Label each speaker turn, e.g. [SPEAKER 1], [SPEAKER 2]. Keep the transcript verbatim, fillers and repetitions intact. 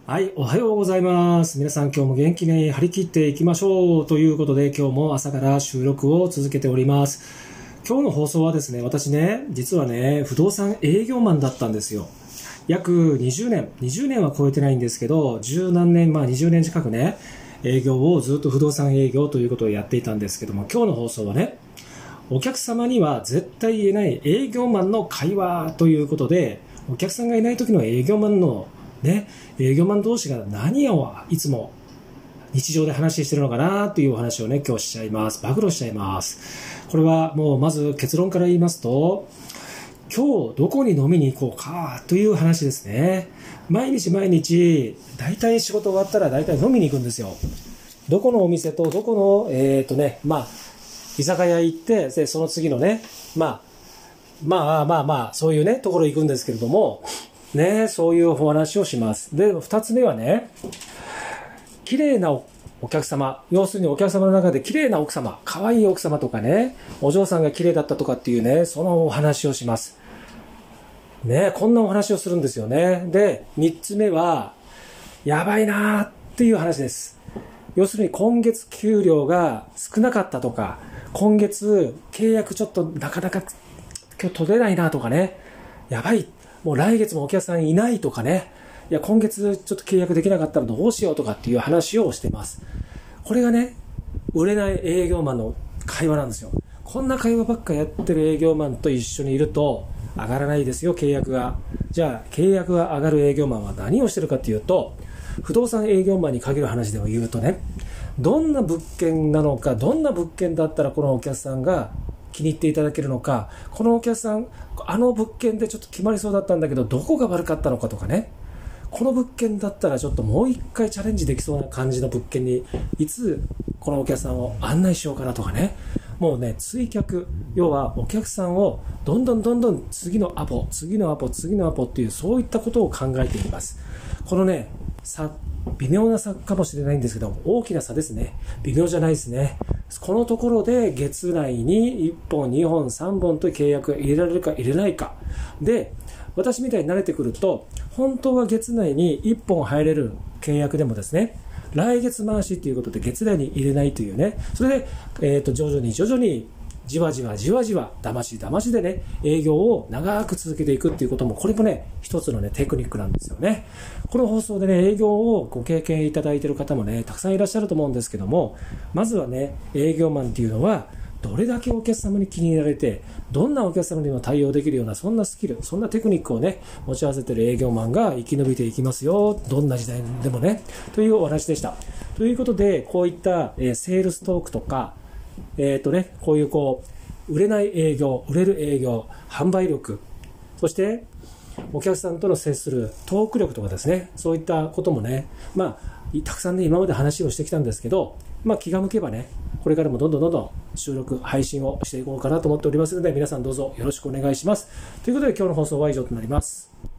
[SPEAKER 1] はい、おはようございます。皆さん今日も元気に張り切っていきましょうということで、今日も朝から収録を続けております。今日の放送はですね、私ね、実はね、不動産営業マンだったんですよ。約にじゅうねん、にじゅうねんは超えてないんですけど、十何年、まあにじゅうねん近くね、営業をずっと不動産営業ということをやっていたんですけども、今日の放送はね、お客様には絶対言えない営業マンの会話ということで、お客さんがいない時の営業マンのね、営業マン同士が何をいつも日常で話してるのかなというお話をね、今日しちゃいます。暴露しちゃいます。これはもうまず結論から言いますと、今日どこに飲みに行こうかという話ですね。毎日毎日、だいたい仕事終わったらだいたい飲みに行くんですよ。どこのお店とどこの、えっとね、まあ、居酒屋行って、でその次のね、まあ、まあまあまあ、そういうね、ところ行くんですけれども、ね、そういうお話をします。で、二つ目はね、綺麗なお客様、要するにお客様の中で綺麗な奥様、可愛い奥様とかね、お嬢さんが綺麗だったとかっていうね、そのお話をします。ね、こんなお話をするんですよね。で、三つ目は、やばいなーっていう話です。要するに今月給料が少なかったとか、今月契約ちょっとなかなか今日取れないなとかね、やばい。もう来月もお客さんいないとかね、いや今月ちょっと契約できなかったらどうしようとかっていう話をしてます。これがね、売れない営業マンの会話なんですよ。こんな会話ばっかやってる営業マンと一緒にいると上がらないですよ、契約が。じゃあ契約が上がる営業マンは何をしてるかっていうと、不動産営業マンに限る話でも言うとね、どんな物件なのか、どんな物件だったらこのお客さんが気に入っていただけるのか、このお客さんあの物件でちょっと決まりそうだったんだけどどこが悪かったのかとかね、この物件だったらちょっともう一回チャレンジできそうな感じの物件にいつこのお客さんを案内しようかなとかね、もうね、追客、要はお客さんをどんどんどんどん次のアポ次のアポ次のアポっていう、そういったことを考えています。このね、差微妙な差かもしれないんですけど、大きな差ですね。微妙じゃないですね。このところで月内にいっぽんにほんさんぼんと契約が入れられるか入れないかで、私みたいに慣れてくると、本当は月内にいっぽん入れる契約でもですね、来月回しということで月内に入れないというね、それで、えーと、徐々に徐々にじわじわじわじわだましだましでね、営業を長く続けていくっていうことも、これもね、一つのねテクニックなんですよね。この放送でね、営業をご経験いただいている方もね、たくさんいらっしゃると思うんですけども、まずはね、営業マンっていうのはどれだけお客様に気に入られて、どんなお客様にも対応できるような、そんなスキル、そんなテクニックをね、持ち合わせている営業マンが生き延びていきますよ、どんな時代でもね、というお話でした。ということで、こういった、えー、セールストークとか、えーとね、こういうこう売れない営業、売れる営業、販売力、そしてお客さんとの接するトーク力とかですね、そういったこともね、まあたくさんね、今まで話をしてきたんですけど、まあ気が向けばね、これからもどんどんどんどん収録配信をしていこうかなと思っておりますので、皆さんどうぞよろしくお願いします。ということで、今日の放送は以上となります。